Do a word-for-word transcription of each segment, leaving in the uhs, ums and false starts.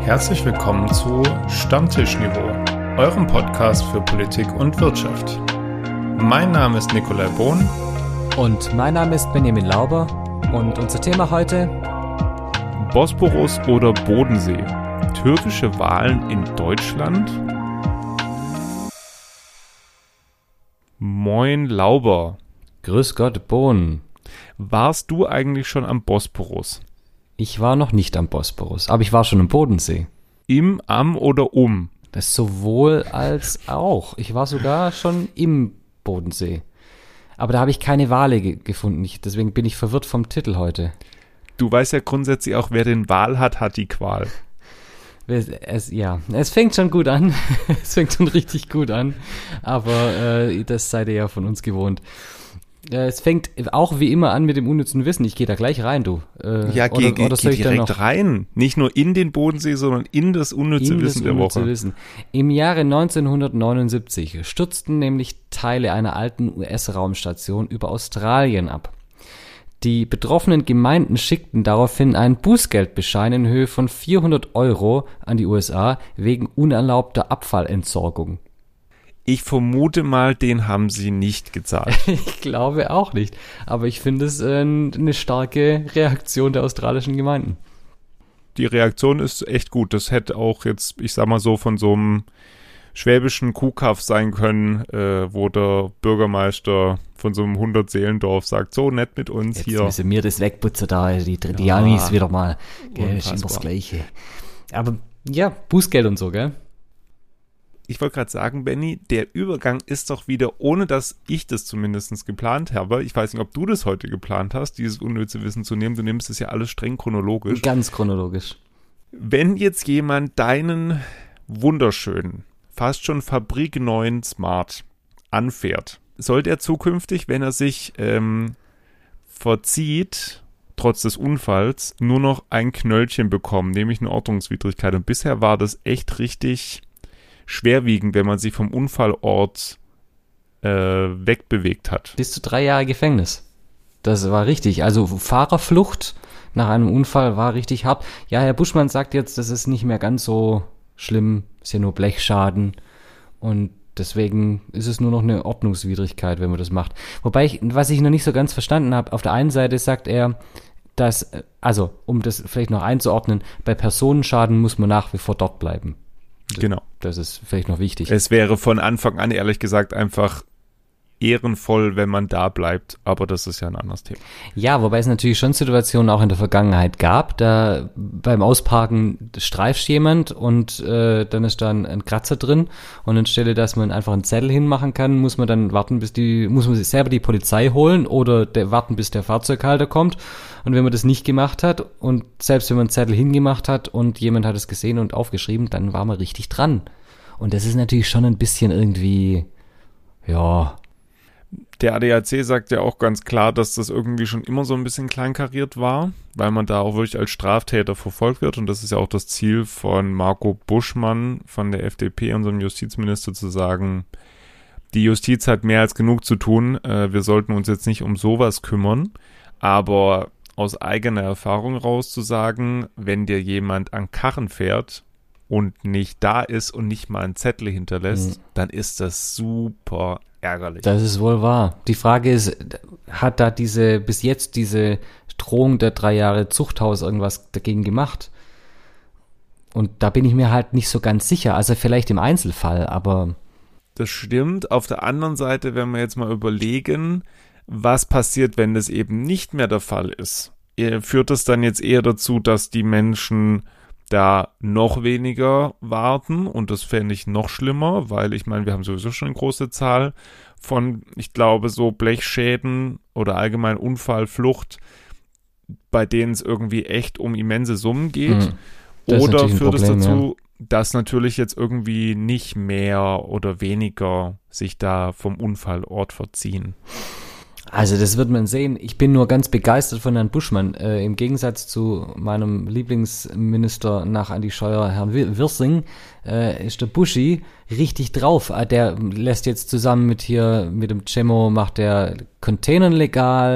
Herzlich willkommen zu Stammtischniveau, eurem Podcast für Politik und Wirtschaft. Mein Name ist Nikolai Bohn. Und mein Name ist Benjamin Lauber. Und unser Thema heute: Bosporus oder Bodensee? Türkische Wahlen in Deutschland? Moin Lauber. Grüß Gott, Bohn. Warst du eigentlich schon am Bosporus? Ich war noch nicht am Bosporus, aber ich war schon im Bodensee. Im, am oder um? Das sowohl als auch. Ich war sogar schon im Bodensee. Aber da habe ich keine Wale ge- gefunden. Ich, deswegen bin ich verwirrt vom Titel heute. Du weißt ja grundsätzlich auch, wer den Wal hat, hat die Qual. Es, es, ja, es fängt schon gut an. Es fängt schon richtig gut an. Aber äh, das seid ihr ja von uns gewohnt. Äh, es fängt auch wie immer an mit dem unnützen Wissen. Ich gehe da gleich rein, du. Äh, ja, geh, oder, geh, oder soll geh ich direkt noch rein. Nicht nur in den Bodensee, sondern in das unnütze in Wissen das der unnütze Woche. Wissen. Im Jahre neunzehnhundertneunundsiebzig stürzten nämlich Teile einer alten U S-Raumstation über Australien ab. Die betroffenen Gemeinden schickten daraufhin einen Bußgeldbeschein in Höhe von vierhundert Euro an die U S A wegen unerlaubter Abfallentsorgung. Ich vermute mal, den haben sie nicht gezahlt. Ich glaube auch nicht, aber ich finde es äh, eine starke Reaktion der australischen Gemeinden. Die Reaktion ist echt gut. Das hätte auch jetzt, ich sag mal so, von so einem schwäbischen Kuhkaff sein können, äh, wo der Bürgermeister von so einem hundert-Seelendorf sagt, so nett mit uns Jetzt hier. Jetzt müssen wir das wegputzen da, die, die Ja, Amis wieder mal. Gell, ist immer das unfassbar. Gleiche. Aber ja, Bußgeld und so, gell? Ich wollte gerade sagen, Benni, der Übergang ist doch wieder, ohne dass ich das zumindest geplant habe. Ich weiß nicht, ob du das heute geplant hast, dieses unnütze Wissen zu nehmen. Du nimmst es ja alles streng chronologisch. Ganz chronologisch. Wenn jetzt jemand deinen wunderschönen, fast schon fabrikneuen Smart anfährt, sollte er zukünftig, wenn er sich ähm, verzieht, trotz des Unfalls, nur noch ein Knöllchen bekommen, nämlich eine Ordnungswidrigkeit. Und bisher war das echt richtig schwerwiegend, wenn man sich vom Unfallort äh, wegbewegt hat. Bis zu drei Jahre Gefängnis. Das war richtig. Also Fahrerflucht nach einem Unfall war richtig hart. Ja, Herr Buschmann sagt jetzt, das ist nicht mehr ganz so schlimm, ist ja nur Blechschaden und deswegen ist es nur noch eine Ordnungswidrigkeit, wenn man das macht. Wobei, ich, was ich noch nicht so ganz verstanden habe, auf der einen Seite sagt er, dass, also um das vielleicht noch einzuordnen, bei Personenschaden muss man nach wie vor dort bleiben. Genau. Das ist vielleicht noch wichtig. Es wäre von Anfang an, ehrlich gesagt, einfach ehrenvoll, wenn man da bleibt, aber das ist ja ein anderes Thema. Ja, wobei es natürlich schon Situationen auch in der Vergangenheit gab, da beim Ausparken streifst jemand und äh, dann ist da ein, ein Kratzer drin und anstelle, dass man einfach einen Zettel hinmachen kann, muss man dann warten, bis die, muss man sich selber die Polizei holen oder der, warten, bis der Fahrzeughalter kommt. Und wenn man das nicht gemacht hat und selbst wenn man einen Zettel hingemacht hat und jemand hat es gesehen und aufgeschrieben, dann war man richtig dran. Und das ist natürlich schon ein bisschen irgendwie, ja. Der A D A C sagt ja auch ganz klar, dass das irgendwie schon immer so ein bisschen kleinkariert war, weil man da auch wirklich als Straftäter verfolgt wird. Und das ist ja auch das Ziel von Marco Buschmann von der F D P, unserem Justizminister, zu sagen, die Justiz hat mehr als genug zu tun. Wir sollten uns jetzt nicht um sowas kümmern. Aber aus eigener Erfahrung raus zu sagen, wenn dir jemand an Karren fährt und nicht da ist und nicht mal einen Zettel hinterlässt, mhm. dann ist das super ärgerlich. Das ist wohl wahr. Die Frage ist, hat da diese, bis jetzt diese Drohung der drei Jahre Zuchthaus irgendwas dagegen gemacht? Und da bin ich mir halt nicht so ganz sicher. Also vielleicht im Einzelfall, aber... Das stimmt. Auf der anderen Seite, wenn wir jetzt mal überlegen, was passiert, wenn das eben nicht mehr der Fall ist? Führt das dann jetzt eher dazu, dass die Menschen da noch weniger warten und das fände ich noch schlimmer, weil ich meine, wir haben sowieso schon eine große Zahl von, ich glaube, so Blechschäden oder allgemein Unfallflucht, bei denen es irgendwie echt um immense Summen geht. Mhm. Oder führt es Problem, dazu, ja. dass natürlich jetzt irgendwie nicht mehr oder weniger sich da vom Unfallort verziehen? Also das wird man sehen. Ich bin nur ganz begeistert von Herrn Buschmann. Äh, Im Gegensatz zu meinem Lieblingsminister nach Andi Scheuer, Herrn Wirsing, äh, ist der Buschi richtig drauf. Äh, der lässt jetzt zusammen mit hier, mit dem Cemo, macht der Containern legal.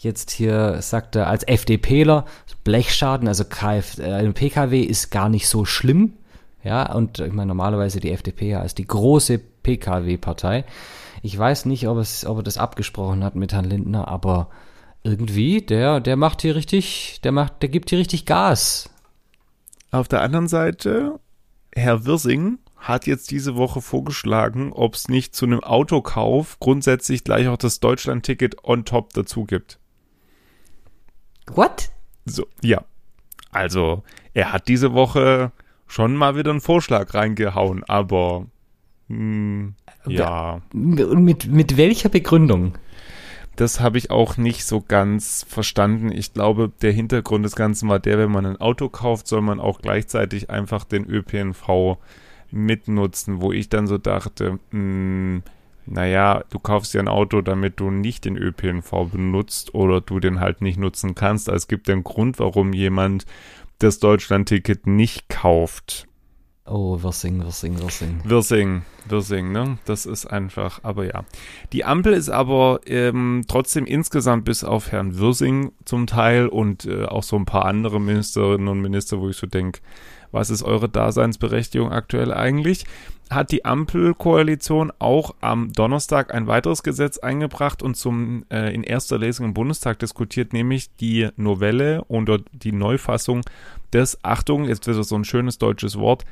jetzt hier sagt er als FDPler, Blechschaden, also Kf, äh, P K W ist gar nicht so schlimm. Ja, und ich meine normalerweise die F D P ja als die große P K W-Partei. Ich weiß nicht, ob es, ob er das abgesprochen hat mit Herrn Lindner, aber irgendwie, der, der macht hier richtig, der macht, der gibt hier richtig Gas. Auf der anderen Seite, Herr Wirsing hat jetzt diese Woche vorgeschlagen, ob es nicht zu einem Autokauf grundsätzlich gleich auch das Deutschland-Ticket on top dazu gibt. What? So, ja. Also, er hat diese Woche schon mal wieder einen Vorschlag reingehauen, aber mh, ja. Und mit, mit welcher Begründung? Das habe ich auch nicht so ganz verstanden. Ich glaube, der Hintergrund des Ganzen war der, wenn man ein Auto kauft, soll man auch gleichzeitig einfach den Ö P N V mitnutzen, wo ich dann so dachte, mh, naja, du kaufst ja ein Auto, damit du nicht den Ö P N V benutzt oder du den halt nicht nutzen kannst. Also es gibt einen Grund, warum jemand das Deutschland-Ticket nicht kauft. Oh, Wirsing, Wirsing, Wirsing. Wirsing, Wirsing, ne? Das ist einfach, aber ja. Die Ampel ist aber ähm, trotzdem insgesamt bis auf Herrn Wirsing zum Teil und äh, auch so ein paar andere Ministerinnen und Minister, wo ich so denke, was ist eure Daseinsberechtigung aktuell eigentlich? Hat die Ampelkoalition auch am Donnerstag ein weiteres Gesetz eingebracht und zum äh, in erster Lesung im Bundestag diskutiert, nämlich die Novelle oder die Neufassung des, Achtung, jetzt wird so ein schönes deutsches Wort,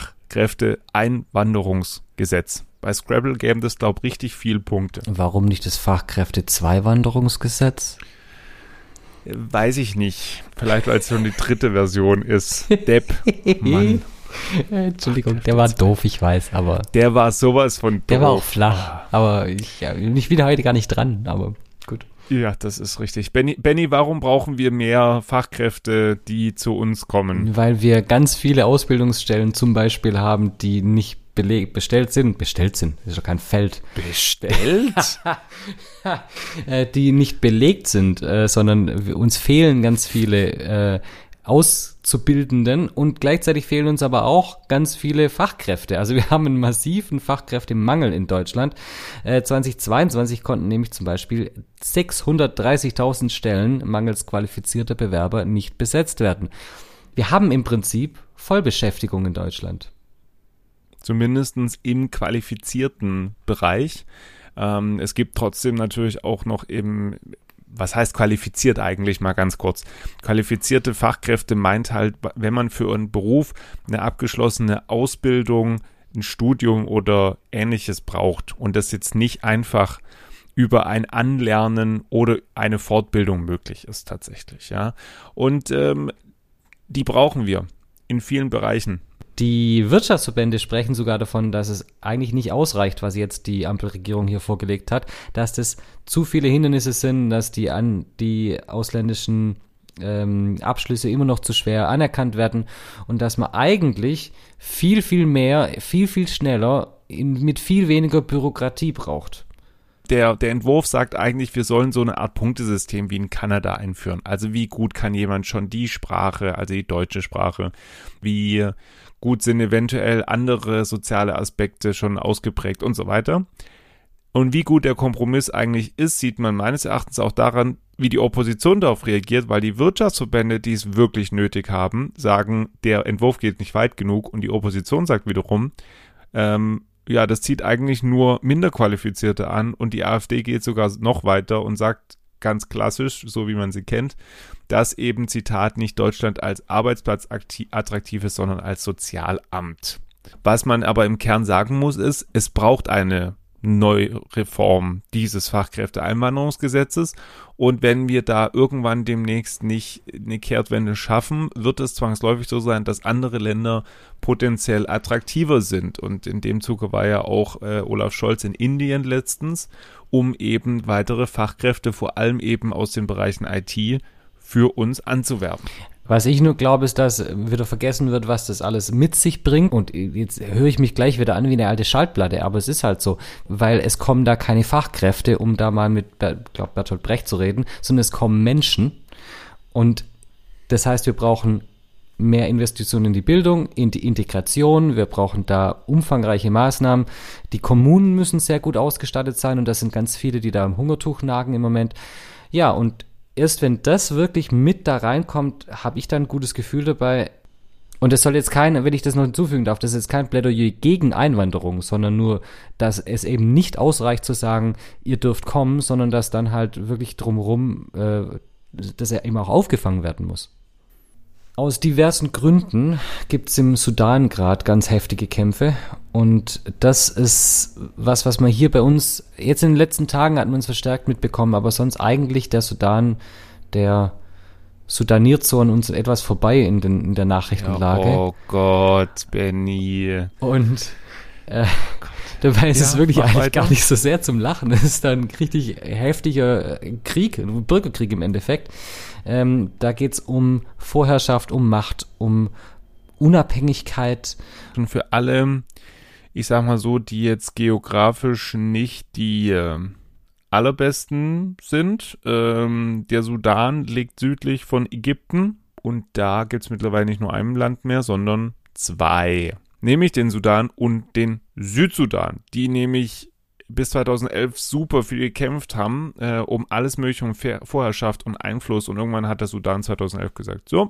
Fachkräfteeinwanderungsgesetz. Bei Scrabble gäbe es, glaube ich, richtig viele Punkte. Warum nicht das Fachkräfte-Zweiwanderungsgesetz? Weiß ich nicht. Vielleicht, weil es schon die dritte Version ist. Depp. Mann. Entschuldigung, der war doof, ich weiß, aber... Der war sowas von doof. Der war auch flach, aber ich, ja, ich bin heute gar nicht dran, aber gut. Ja, das ist richtig. Benny, Benny, warum brauchen wir mehr Fachkräfte, die zu uns kommen? Weil wir ganz viele Ausbildungsstellen zum Beispiel haben, die nicht beleg- bestellt sind. Bestellt sind, das ist doch kein Feld. Bestellt? Die nicht belegt sind, äh, sondern uns fehlen ganz viele äh, Auszubildenden und gleichzeitig fehlen uns aber auch ganz viele Fachkräfte. Also wir haben einen massiven Fachkräftemangel in Deutschland. Äh, zweitausendzweiundzwanzig konnten nämlich zum Beispiel sechshundertdreißigtausend Stellen mangels qualifizierter Bewerber nicht besetzt werden. Wir haben im Prinzip Vollbeschäftigung in Deutschland. Zumindest im qualifizierten Bereich. Ähm, es gibt trotzdem natürlich auch noch eben, was heißt qualifiziert eigentlich, mal ganz kurz. Qualifizierte Fachkräfte meint halt, wenn man für einen Beruf eine abgeschlossene Ausbildung, ein Studium oder Ähnliches braucht und das jetzt nicht einfach über ein Anlernen oder eine Fortbildung möglich ist tatsächlich, ja. Und ähm, die brauchen wir in vielen Bereichen. Die Wirtschaftsverbände sprechen sogar davon, dass es eigentlich nicht ausreicht, was jetzt die Ampelregierung hier vorgelegt hat, dass das zu viele Hindernisse sind, dass die an die ausländischen ähm, Abschlüsse immer noch zu schwer anerkannt werden und dass man eigentlich viel, viel mehr, viel, viel schneller in, mit viel weniger Bürokratie braucht. Der, der Entwurf sagt eigentlich, wir sollen so eine Art Punktesystem wie in Kanada einführen. Also wie gut kann jemand schon die Sprache, also die deutsche Sprache, wie gut sind eventuell andere soziale Aspekte schon ausgeprägt und so weiter. Und wie gut der Kompromiss eigentlich ist, sieht man meines Erachtens auch daran, wie die Opposition darauf reagiert, weil die Wirtschaftsverbände, die es wirklich nötig haben, sagen, der Entwurf geht nicht weit genug und die Opposition sagt wiederum, ähm, ja, das zieht eigentlich nur Minderqualifizierte an und die AfD geht sogar noch weiter und sagt ganz klassisch, so wie man sie kennt, dass eben, Zitat, nicht Deutschland als Arbeitsplatz attraktiv ist, sondern als Sozialamt. Was man aber im Kern sagen muss, ist, es braucht eine Neureform dieses Fachkräfteeinwanderungsgesetzes und wenn wir da irgendwann demnächst nicht eine Kehrtwende schaffen, wird es zwangsläufig so sein, dass andere Länder potenziell attraktiver sind und in dem Zuge war ja auch äh, Olaf Scholz in Indien letztens, um eben weitere Fachkräfte, vor allem eben aus den Bereichen I T, für uns anzuwerben. Was ich nur glaube, ist, dass wieder vergessen wird, was das alles mit sich bringt. Und jetzt höre ich mich gleich wieder an wie eine alte Schallplatte, aber es ist halt so, weil es kommen da keine Fachkräfte, um da mal mit, ich glaube, Bertolt Brecht zu reden, sondern es kommen Menschen. Und das heißt, wir brauchen mehr Investitionen in die Bildung, in die Integration. Wir brauchen da umfangreiche Maßnahmen. Die Kommunen müssen sehr gut ausgestattet sein und das sind ganz viele, die da am Hungertuch nagen im Moment. Ja, und erst wenn das wirklich mit da reinkommt, habe ich dann ein gutes Gefühl dabei. Und das soll jetzt kein, wenn ich das noch hinzufügen darf, das ist jetzt kein Plädoyer gegen Einwanderung, sondern nur, dass es eben nicht ausreicht zu sagen, ihr dürft kommen, sondern dass dann halt wirklich drumherum, äh, dass er eben auch aufgefangen werden muss. Aus diversen Gründen gibt es im Sudan gerade ganz heftige Kämpfe und das ist was, was man hier bei uns, jetzt in den letzten Tagen hat man es verstärkt mitbekommen, aber sonst eigentlich der Sudan, der sudaniert so an uns etwas vorbei in, den, in der Nachrichtenlage. Ja, oh Gott, Benny. Und äh, dabei ist ja, es wirklich eigentlich weiter. gar nicht so sehr zum Lachen. Es ist dann ein richtig heftiger Krieg, ein Bürgerkrieg im Endeffekt. Ähm, da geht's um Vorherrschaft, um Macht, um Unabhängigkeit. Und für alle, ich sag mal so, die jetzt geografisch nicht die äh, allerbesten sind. Ähm, der Sudan liegt südlich von Ägypten und da gibt es mittlerweile nicht nur ein Land mehr, sondern zwei. Nämlich den Sudan und den Südsudan, die nämlich bis zweitausendelf super viel gekämpft haben, äh, um alles mögliche, um Vorherrschaft und Einfluss. Und irgendwann hat der Sudan zweitausendelf gesagt, so,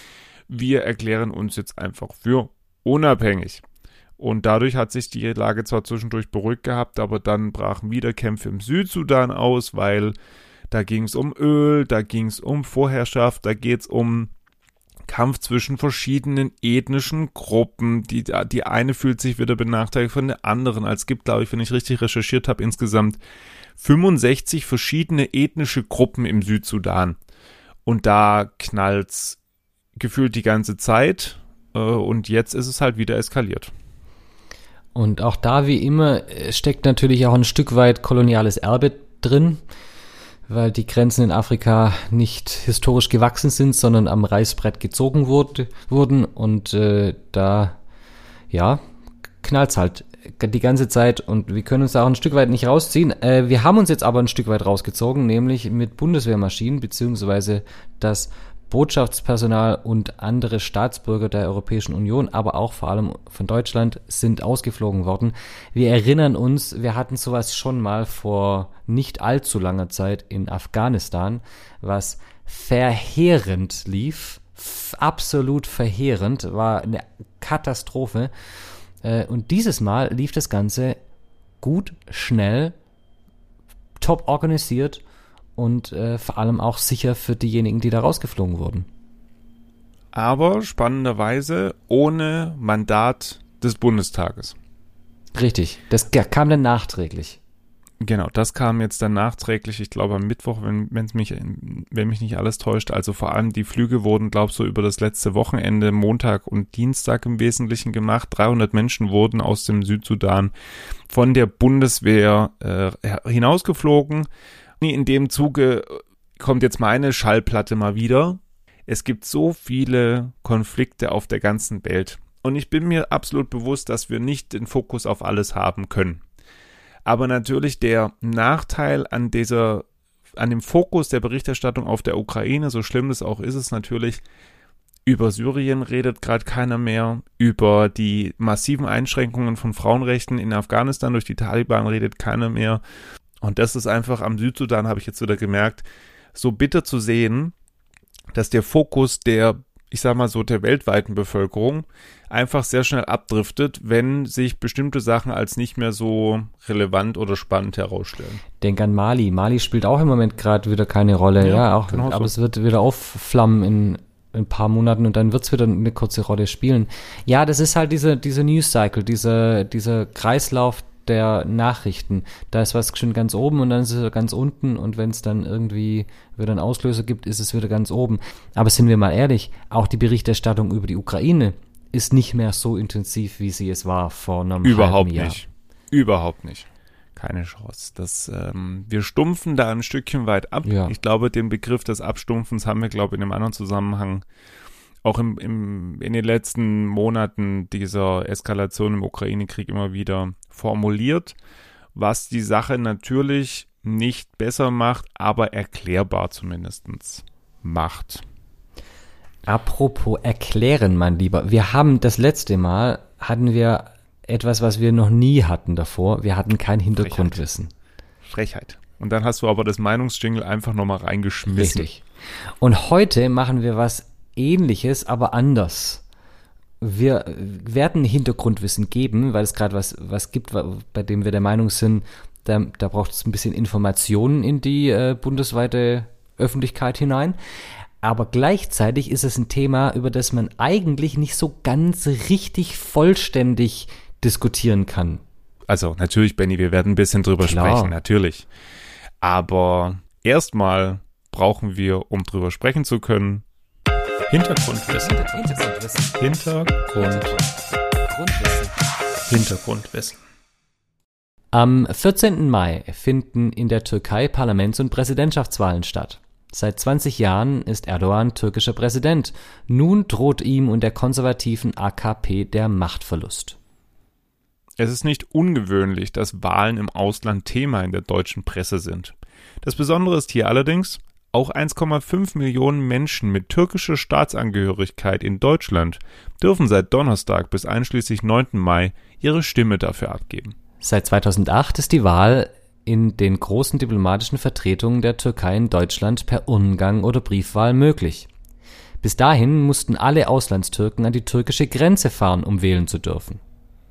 wir erklären uns jetzt einfach für unabhängig. Und dadurch hat sich die Lage zwar zwischendurch beruhigt gehabt, aber dann brachen wieder Kämpfe im Südsudan aus, weil da ging es um Öl, da ging es um Vorherrschaft, da geht es um Kampf zwischen verschiedenen ethnischen Gruppen. Die, die eine fühlt sich wieder benachteiligt von der anderen. Es gibt, glaube ich, wenn ich richtig recherchiert habe, insgesamt fünfundsechzig verschiedene ethnische Gruppen im Südsudan. Und da knallt's gefühlt die ganze Zeit. Und jetzt ist es halt wieder eskaliert. Und auch da, wie immer, steckt natürlich auch ein Stück weit koloniales Erbe drin, weil die Grenzen in Afrika nicht historisch gewachsen sind, sondern am Reißbrett gezogen wurde, wurden. Und äh, da, ja, knallt's halt die ganze Zeit. Und wir können uns da auch ein Stück weit nicht rausziehen. Äh, wir haben uns jetzt aber ein Stück weit rausgezogen, nämlich mit Bundeswehrmaschinen, beziehungsweise das Botschaftspersonal und andere Staatsbürger der Europäischen Union, aber auch vor allem von Deutschland, sind ausgeflogen worden. Wir erinnern uns, wir hatten sowas schon mal vor nicht allzu langer Zeit in Afghanistan, was verheerend lief, f- absolut verheerend, war eine Katastrophe. Äh, und dieses Mal lief das Ganze gut, schnell, top organisiert und äh, vor allem auch sicher für diejenigen, die da rausgeflogen wurden. Aber spannenderweise ohne Mandat des Bundestages. Richtig, das kam dann nachträglich. Genau, das kam jetzt dann nachträglich, ich glaube am Mittwoch, wenn wenn's mich, wenn mich nicht alles täuscht. Also vor allem die Flüge wurden, glaube ich, so über das letzte Wochenende, Montag und Dienstag im Wesentlichen gemacht. dreihundert Menschen wurden aus dem Südsudan von der Bundeswehr äh, hinausgeflogen. In dem Zuge kommt jetzt meine Schallplatte mal wieder. Es gibt so viele Konflikte auf der ganzen Welt. Und ich bin mir absolut bewusst, dass wir nicht den Fokus auf alles haben können. Aber natürlich der Nachteil an dieser, an dem Fokus der Berichterstattung auf der Ukraine, so schlimm es auch ist, ist natürlich, über Syrien redet gerade keiner mehr, über die massiven Einschränkungen von Frauenrechten in Afghanistan durch die Taliban redet keiner mehr. Und das ist einfach am Südsudan, habe ich jetzt wieder gemerkt, so bitter zu sehen, dass der Fokus der, ich sag mal so, der weltweiten Bevölkerung einfach sehr schnell abdriftet, wenn sich bestimmte Sachen als nicht mehr so relevant oder spannend herausstellen. Denk an Mali. Mali spielt auch im Moment gerade wieder keine Rolle, ja, ja auch, genau aber so. Es wird wieder aufflammen in ein paar Monaten und dann wird es wieder eine kurze Rolle spielen. Ja, das ist halt dieser diese News Cycle, dieser dieser Kreislauf der Nachrichten. Da ist was schon ganz oben und dann ist es ganz unten und wenn es dann irgendwie wieder einen Auslöser gibt, ist es wieder ganz oben. Aber sind wir mal ehrlich, auch die Berichterstattung über die Ukraine ist nicht mehr so intensiv, wie sie es war vor einem Überhaupt halben Jahr. nicht. Überhaupt nicht. Keine Chance. Das, ähm, wir stumpfen da ein Stückchen weit ab. Ja. Ich glaube, den Begriff des Abstumpfens haben wir, glaube ich, in einem anderen Zusammenhang auch im, im, in den letzten Monaten dieser Eskalation im Ukraine-Krieg immer wieder formuliert, was die Sache natürlich nicht besser macht, aber erklärbar zumindest macht. Apropos erklären, mein Lieber. Wir haben das letzte Mal, hatten wir etwas, was wir noch nie hatten davor. Wir hatten kein Hintergrundwissen. Frechheit. Und dann hast du aber das Meinungsjingle einfach nochmal reingeschmissen. Richtig. Und heute machen wir was Ähnliches, aber anders. Wir werden Hintergrundwissen geben, weil es gerade was, was gibt, bei dem wir der Meinung sind, da, da braucht es ein bisschen Informationen in die äh, bundesweite Öffentlichkeit hinein. Aber gleichzeitig ist es ein Thema, über das man eigentlich nicht so ganz richtig vollständig diskutieren kann. Also natürlich, Benni, wir werden ein bisschen drüber Klar. sprechen, natürlich. Aber erstmal brauchen wir, um drüber sprechen zu können, Hintergrundwissen. Hintergrundwissen. Hintergrund. Grundwissen. Hintergrundwissen. Am vierzehnten Mai finden in der Türkei Parlaments- und Präsidentschaftswahlen statt. Seit zwanzig Jahren ist Erdogan türkischer Präsident. Nun droht ihm und der konservativen A K P der Machtverlust. Es ist nicht ungewöhnlich, dass Wahlen im Ausland Thema in der deutschen Presse sind. Das Besondere ist hier allerdings, auch eins Komma fünf Millionen Menschen mit türkischer Staatsangehörigkeit in Deutschland dürfen seit Donnerstag bis einschließlich neunten Mai ihre Stimme dafür abgeben. Seit zweitausendacht ist die Wahl in den großen diplomatischen Vertretungen der Türkei in Deutschland per Urnengang oder Briefwahl möglich. Bis dahin mussten alle Auslandstürken an die türkische Grenze fahren, um wählen zu dürfen.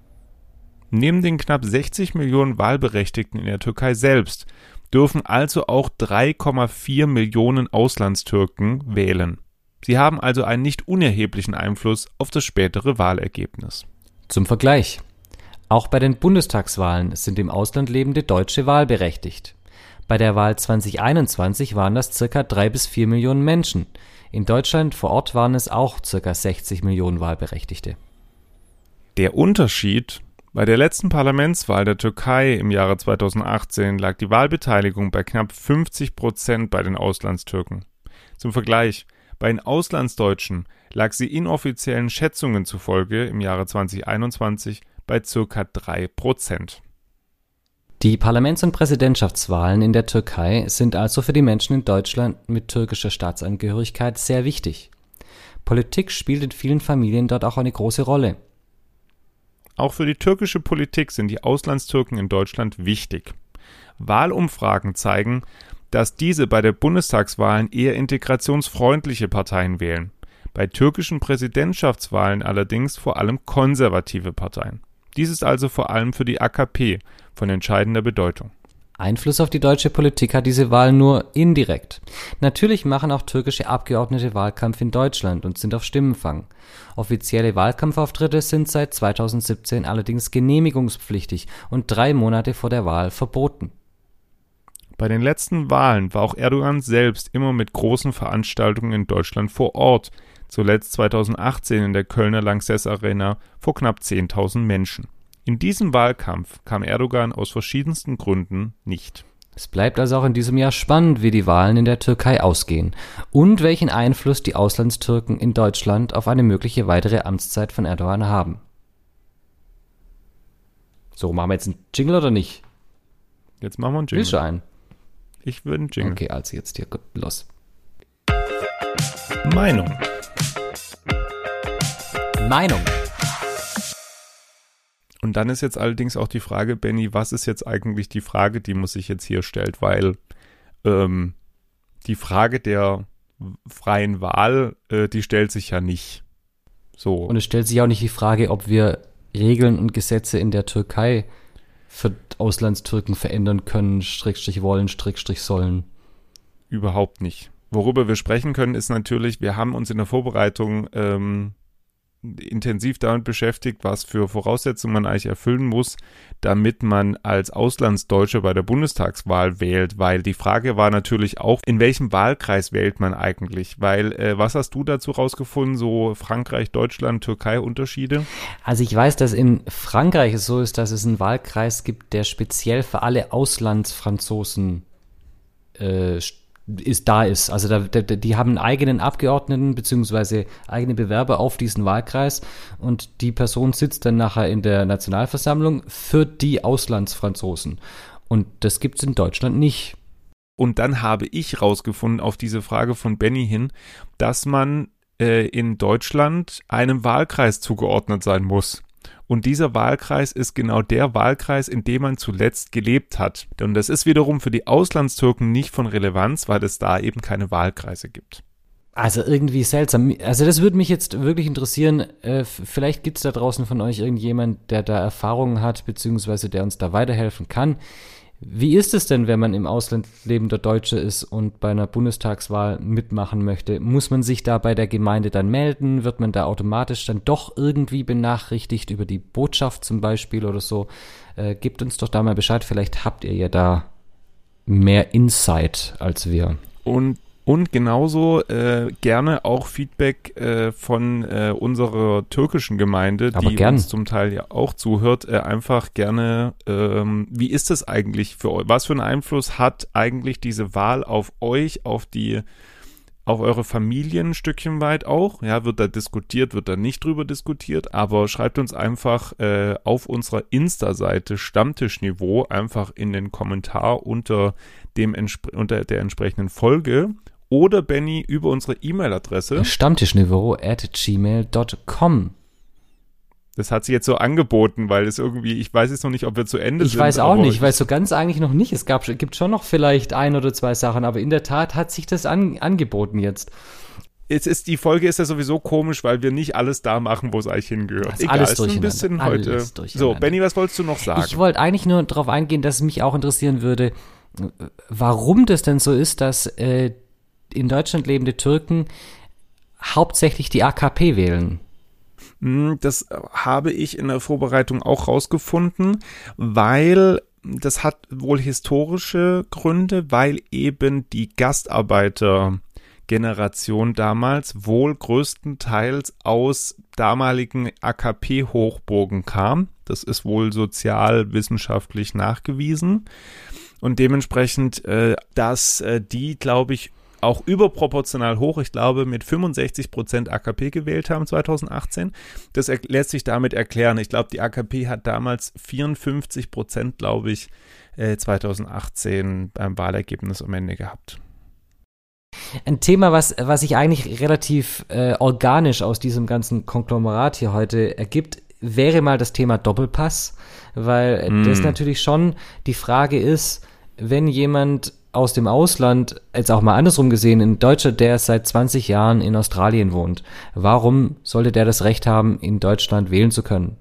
Neben den knapp sechzig Millionen Wahlberechtigten in der Türkei selbst dürfen also auch drei Komma vier Millionen Auslandstürken wählen. Sie haben also einen nicht unerheblichen Einfluss auf das spätere Wahlergebnis. Zum Vergleich: Auch bei den Bundestagswahlen sind im Ausland lebende Deutsche wahlberechtigt. Bei der Wahl zwanzig einundzwanzig waren das circa drei bis vier Millionen Menschen. In Deutschland vor Ort waren es auch circa sechzig Millionen Wahlberechtigte. Der Unterschied: Bei der letzten Parlamentswahl der Türkei im Jahre zweitausendachtzehn lag die Wahlbeteiligung bei knapp fünfzig Prozent bei den Auslandstürken. Zum Vergleich: Bei den Auslandsdeutschen lag sie inoffiziellen Schätzungen zufolge im Jahre zwanzig einundzwanzig bei circa drei Prozent. Die Parlaments- und Präsidentschaftswahlen in der Türkei sind also für die Menschen in Deutschland mit türkischer Staatsangehörigkeit sehr wichtig. Politik spielt in vielen Familien dort auch eine große Rolle. Auch für die türkische Politik sind die Auslandstürken in Deutschland wichtig. Wahlumfragen zeigen, dass diese bei der Bundestagswahlen eher integrationsfreundliche Parteien wählen. Bei türkischen Präsidentschaftswahlen allerdings vor allem konservative Parteien. Dies ist also vor allem für die A K P von entscheidender Bedeutung. Einfluss auf die deutsche Politik hat diese Wahl nur indirekt. Natürlich machen auch türkische Abgeordnete Wahlkampf in Deutschland und sind auf Stimmenfang. Offizielle Wahlkampfauftritte sind seit zweitausendsiebzehn allerdings genehmigungspflichtig und drei Monate vor der Wahl verboten. Bei den letzten Wahlen war auch Erdogan selbst immer mit großen Veranstaltungen in Deutschland vor Ort, zuletzt zweitausendachtzehn in der Kölner Lanxess Arena vor knapp zehntausend Menschen. In diesem Wahlkampf kam Erdogan aus verschiedensten Gründen nicht. Es bleibt also auch in diesem Jahr spannend, wie die Wahlen in der Türkei ausgehen und welchen Einfluss die Auslandstürken in Deutschland auf eine mögliche weitere Amtszeit von Erdogan haben. So, machen wir jetzt einen Jingle oder nicht? Jetzt machen wir einen Jingle. Willst du einen? Ich würde einen Jingle. Okay, also jetzt hier, gut, los. Meinung. Meinung. Und dann ist jetzt allerdings auch die Frage, Benni, was ist jetzt eigentlich die Frage, die man sich jetzt hier stellt? Weil ähm, die Frage der freien Wahl, äh, die stellt sich ja nicht. So. Und es stellt sich auch nicht die Frage, ob wir Regeln und Gesetze in der Türkei für Auslandstürken verändern können, Strickstrich wollen, Strickstrich sollen. Überhaupt nicht. Worüber wir sprechen können, ist natürlich, wir haben uns in der Vorbereitung ähm, intensiv damit beschäftigt, was für Voraussetzungen man eigentlich erfüllen muss, damit man als Auslandsdeutscher bei der Bundestagswahl wählt, weil die Frage war natürlich auch, in welchem Wahlkreis wählt man eigentlich, weil, äh, was hast du dazu rausgefunden, so Frankreich, Deutschland, Türkei Unterschiede? Also ich weiß, dass in Frankreich es so ist, dass es einen Wahlkreis gibt, der speziell für alle Auslandsfranzosen äh, ist da ist. Also da, da, die haben einen eigenen Abgeordneten beziehungsweise eigene Bewerber auf diesen Wahlkreis und die Person sitzt dann nachher in der Nationalversammlung für die Auslandsfranzosen. Und das gibt es in Deutschland nicht. Und dann habe ich rausgefunden auf diese Frage von Benni hin, dass man äh, in Deutschland einem Wahlkreis zugeordnet sein muss. Und dieser Wahlkreis ist genau der Wahlkreis, in dem man zuletzt gelebt hat. Und das ist wiederum für die Auslandstürken nicht von Relevanz, weil es da eben keine Wahlkreise gibt. Also irgendwie seltsam. Also das würde mich jetzt wirklich interessieren. Äh, vielleicht gibt es da draußen von euch irgendjemand, der da Erfahrungen hat, beziehungsweise der uns da weiterhelfen kann. Wie ist es denn, wenn man im Ausland lebender Deutsche ist und bei einer Bundestagswahl mitmachen möchte? Muss man sich da bei der Gemeinde dann melden? Wird man da automatisch dann doch irgendwie benachrichtigt über die Botschaft zum Beispiel oder so? Äh, gebt uns doch da mal Bescheid. Vielleicht habt ihr ja da mehr Insight als wir. Und Und genauso äh, gerne auch Feedback äh, von äh, unserer türkischen Gemeinde, Aber die gern. uns zum Teil ja auch zuhört. Äh, einfach gerne, ähm, wie ist das eigentlich für euch? Was für einen Einfluss hat eigentlich diese Wahl auf euch, auf die, auf eure Familien ein Stückchen weit auch? Ja, wird da diskutiert, wird da nicht drüber diskutiert, aber schreibt uns einfach äh, auf unserer Insta-Seite Stammtischniveau einfach in den Kommentar unter dem entspre- unter der entsprechenden Folge. Oder, Benny, über unsere E-Mail-Adresse. Stammtischniveau at gmail dot com. Das hat sich jetzt so angeboten, weil es irgendwie, ich weiß jetzt noch nicht, ob wir zu Ende Ich sind. weiß auch aber nicht, ich weiß so ganz eigentlich noch nicht. Es gab, gibt schon noch vielleicht ein oder zwei Sachen, aber in der Tat hat sich das an, angeboten jetzt. Jetzt ist, die Folge ist ja sowieso komisch, weil wir nicht alles da machen, wo es eigentlich hingehört. Das ist Egal, alles es ist ein bisschen heute. Alles So, Benny, was wolltest du noch sagen? Ich wollte eigentlich nur darauf eingehen, dass es mich auch interessieren würde, warum das denn so ist, dass äh, in Deutschland lebende Türken hauptsächlich die A K P wählen. Das habe ich in der Vorbereitung auch rausgefunden, weil das hat wohl historische Gründe, weil eben die Gastarbeitergeneration damals wohl größtenteils aus damaligen A K P-Hochburgen kam. Das ist wohl sozialwissenschaftlich nachgewiesen. Und dementsprechend, äh, dass äh, die, glaube ich, auch überproportional hoch, ich glaube, mit fünfundsechzig Prozent A K P gewählt haben zwanzig achtzehn. Das er- lässt sich damit erklären. Ich glaube, die A K P hat damals vierundfünfzig Prozent, glaube ich, äh, zwanzig achtzehn beim Wahlergebnis am Ende gehabt. Ein Thema, was, was sich eigentlich relativ äh, organisch aus diesem ganzen Konglomerat hier heute ergibt, wäre mal das Thema Doppelpass, weil mm. das natürlich schon die Frage ist, wenn jemand aus dem Ausland, jetzt auch mal andersrum gesehen, ein Deutscher, der seit zwanzig Jahren in Australien wohnt, warum sollte der das Recht haben, in Deutschland wählen zu können?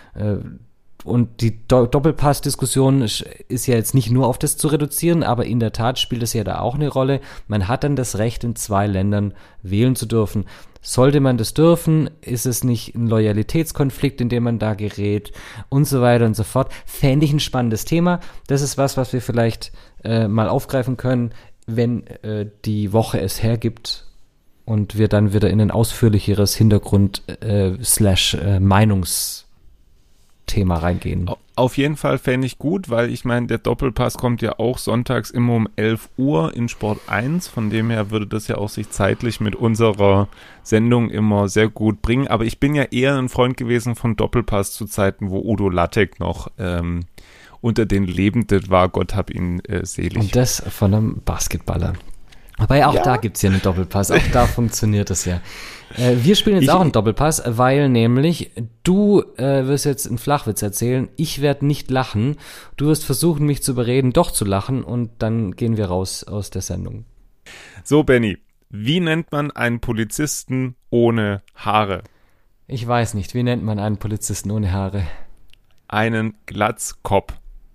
Und die Do- Doppelpass-Diskussion ist ja jetzt nicht nur auf das zu reduzieren, aber in der Tat spielt es ja da auch eine Rolle. Man hat dann das Recht, in zwei Ländern wählen zu dürfen. Sollte man das dürfen? Ist es nicht ein Loyalitätskonflikt, in dem man da gerät? Und so weiter und so fort. Fände ich ein spannendes Thema. Das ist was, was wir vielleicht äh, mal aufgreifen können, wenn äh, die Woche es hergibt und wir dann wieder in ein ausführlicheres Hintergrund äh, slash äh, Meinungs Thema reingehen. Auf jeden Fall fände ich gut, weil ich meine, der Doppelpass kommt ja auch sonntags immer um elf Uhr in Sport eins, von dem her würde das ja auch sich zeitlich mit unserer Sendung immer sehr gut bringen, aber ich bin ja eher ein Freund gewesen von Doppelpass zu Zeiten, wo Udo Lattek noch ähm, unter den Lebenden war, Gott hab ihn äh, selig. Und das von einem Basketballer. Wobei auch ja. da gibt's ja einen Doppelpass, auch da funktioniert es ja. Äh, wir spielen jetzt ich, auch einen Doppelpass, weil nämlich du äh, wirst jetzt einen Flachwitz erzählen, ich werde nicht lachen, du wirst versuchen, mich zu überreden, doch zu lachen und dann gehen wir raus aus der Sendung. So, Benny, wie nennt man einen Polizisten ohne Haare? Ich weiß nicht, wie nennt man einen Polizisten ohne Haare? Einen Glatzkopf.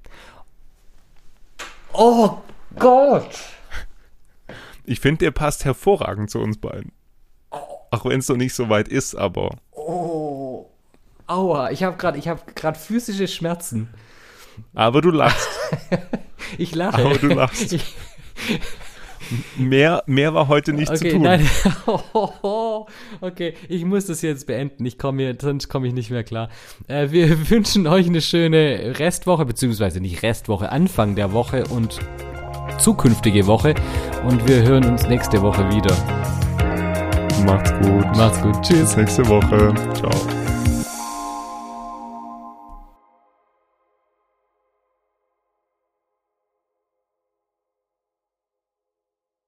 Oh Gott! Ich finde, der passt hervorragend zu uns beiden. Auch wenn es noch nicht so weit ist, aber... Oh, aua, ich habe gerade ich habe gerade physische Schmerzen. Aber du lachst. Ich lache. Aber du lachst. Ich, mehr, mehr war heute nicht okay, zu tun. Nein. Okay, ich muss das jetzt beenden. Ich komme hier, sonst komme ich nicht mehr klar. Äh, wir wünschen euch eine schöne Restwoche, beziehungsweise nicht Restwoche, Anfang der Woche und zukünftige Woche. Und wir hören uns nächste Woche wieder. Macht's gut. Macht's gut. Tschüss. Bis nächste Woche. Ciao.